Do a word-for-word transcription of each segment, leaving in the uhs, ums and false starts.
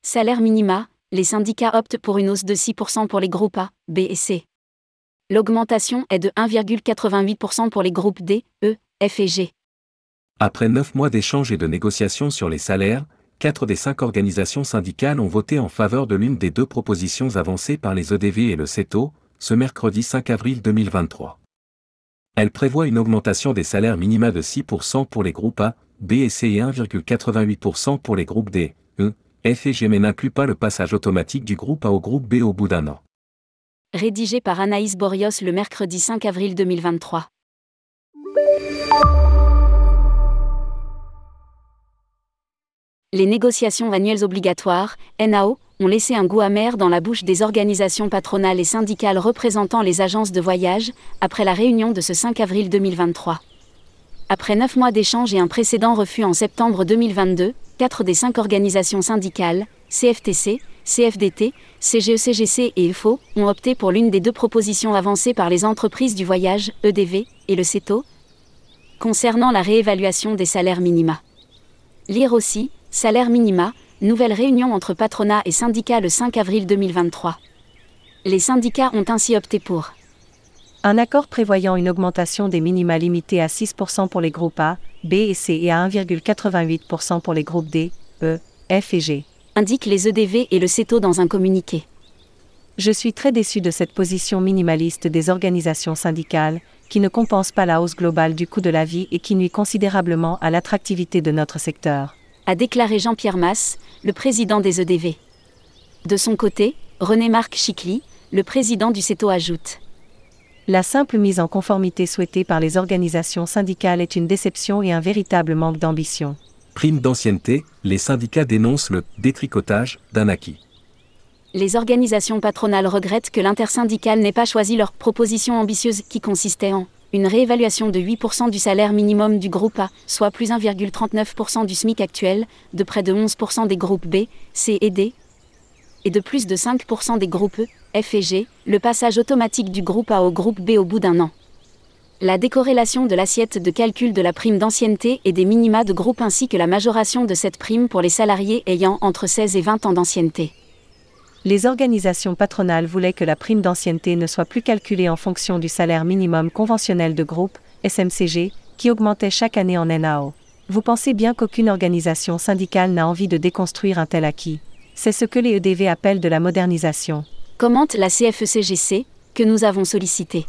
Salaire minima, les syndicats optent pour une hausse de six pour cent pour les groupes A, B et C. L'augmentation est de un virgule quatre-vingt-huit pour cent pour les groupes D, E, F et G. Après neuf mois d'échanges et de négociations sur les salaires, quatre des cinq organisations syndicales ont voté en faveur de l'une des deux propositions avancées par les E D V et le CETO, ce mercredi cinq avril deux mille vingt-trois. Elle prévoit une augmentation des salaires minima de six pour cent pour les groupes A, B et C et un virgule quatre-vingt-huit pour cent pour les groupes D, E, F et G mais n'inclut pas le passage automatique du groupe A au groupe B au bout d'un an. Rédigé par Anaïs Borios le mercredi cinq avril deux mille vingt-trois. Les négociations annuelles obligatoires, N A O, ont laissé un goût amer dans la bouche des organisations patronales et syndicales représentant les agences de voyage, après la réunion de ce cinq avril deux mille vingt-trois. Après neuf mois d'échanges et un précédent refus en septembre deux mille vingt-deux, quatre des cinq organisations syndicales, C F T C, C F D T, C G E C G C et F O, ont opté pour l'une des deux propositions avancées par les entreprises du voyage, E D V, et le CETO, concernant la réévaluation des salaires minima. Lire aussi, salaire minima, nouvelle réunion entre patronat et syndicats le cinq avril deux mille vingt-trois. Les syndicats ont ainsi opté pour un accord prévoyant une augmentation des minima limitée à six pour cent pour les groupes A, B et C et à un virgule quatre-vingt-huit pour cent pour les groupes D, E, F et G, indiquent les E D V et le CETO dans un communiqué. Je suis très déçu de cette position minimaliste des organisations syndicales, qui ne compense pas la hausse globale du coût de la vie et qui nuit considérablement à l'attractivité de notre secteur, a déclaré Jean-Pierre Masse, le président des E D V. De son côté, René-Marc Chicly, le président du CETO ajoute: la simple mise en conformité souhaitée par les organisations syndicales est une déception et un véritable manque d'ambition. Prime d'ancienneté, les syndicats dénoncent le « détricotage » d'un acquis. Les organisations patronales regrettent que l'intersyndicale n'ait pas choisi leur proposition ambitieuse qui consistait en une réévaluation de huit pour cent du salaire minimum du groupe A, soit plus un virgule trente-neuf pour cent du SMIC actuel, de près de onze pour cent des groupes B, C et D, et de plus de cinq pour cent des groupes E, F et G, le passage automatique du groupe A au groupe B au bout d'un an. La décorrélation de l'assiette de calcul de la prime d'ancienneté et des minima de groupe ainsi que la majoration de cette prime pour les salariés ayant entre seize et vingt ans d'ancienneté. Les organisations patronales voulaient que la prime d'ancienneté ne soit plus calculée en fonction du salaire minimum conventionnel de groupe, S M C G, qui augmentait chaque année en N A O. Vous pensez bien qu'aucune organisation syndicale n'a envie de déconstruire un tel acquis. C'est ce que les E D V appellent de la modernisation, commente la C F E C G C, que nous avons sollicité.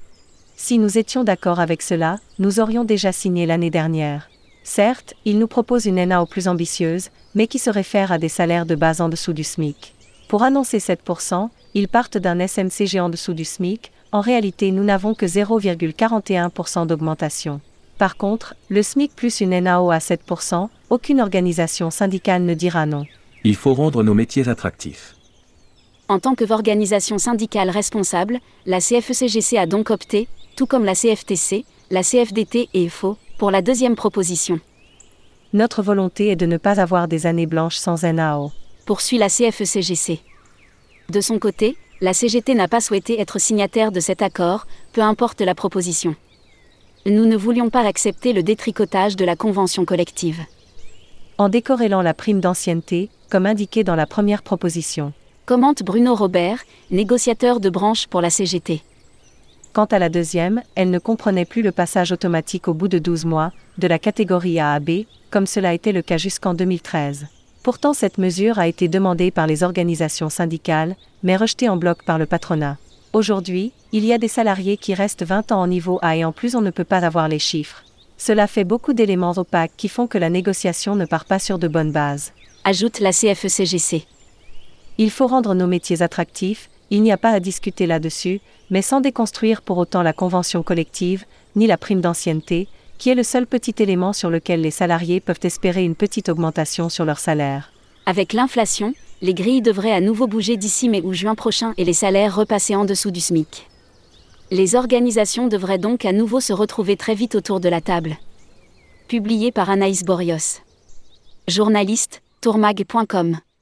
Si nous étions d'accord avec cela, nous aurions déjà signé l'année dernière. Certes, ils nous proposent une N A O plus ambitieuse, mais qui se réfère à des salaires de base en dessous du SMIC. Pour annoncer sept pour cent, ils partent d'un S M C G en dessous du SMIC, en réalité nous n'avons que zéro virgule quarante et un pour cent d'augmentation. Par contre, le SMIC plus une N A O à sept pour cent, aucune organisation syndicale ne dira non. Il faut rendre nos métiers attractifs. En tant qu'organisation syndicale responsable, la C F E C G C a donc opté, tout comme la C F T C, la C F D T et F O, pour la deuxième proposition. Notre volonté est de ne pas avoir des années blanches sans N A O, poursuit la C F E C G C. De son côté, la C G T n'a pas souhaité être signataire de cet accord, peu importe la proposition. Nous ne voulions pas accepter le détricotage de la convention collective. En décorrélant la prime d'ancienneté, comme indiqué dans la première proposition, commente Bruno Robert, négociateur de branche pour la C G T. Quant à la deuxième, elle ne comprenait plus le passage automatique au bout de douze mois, de la catégorie A à B, comme cela était le cas jusqu'en deux mille treize. Pourtant cette mesure a été demandée par les organisations syndicales, mais rejetée en bloc par le patronat. Aujourd'hui, il y a des salariés qui restent vingt ans en niveau A et en plus on ne peut pas avoir les chiffres. Cela fait beaucoup d'éléments opaques qui font que la négociation ne part pas sur de bonnes bases, ajoute la C F E C G C. Il faut rendre nos métiers attractifs, il n'y a pas à discuter là-dessus, mais sans déconstruire pour autant la convention collective, ni la prime d'ancienneté, qui est le seul petit élément sur lequel les salariés peuvent espérer une petite augmentation sur leur salaire. Avec l'inflation, les grilles devraient à nouveau bouger d'ici mai ou juin prochain et les salaires repasser en dessous du SMIC. Les organisations devraient donc à nouveau se retrouver très vite autour de la table. Publié par Anaïs Borios. Journaliste, tourmag point com.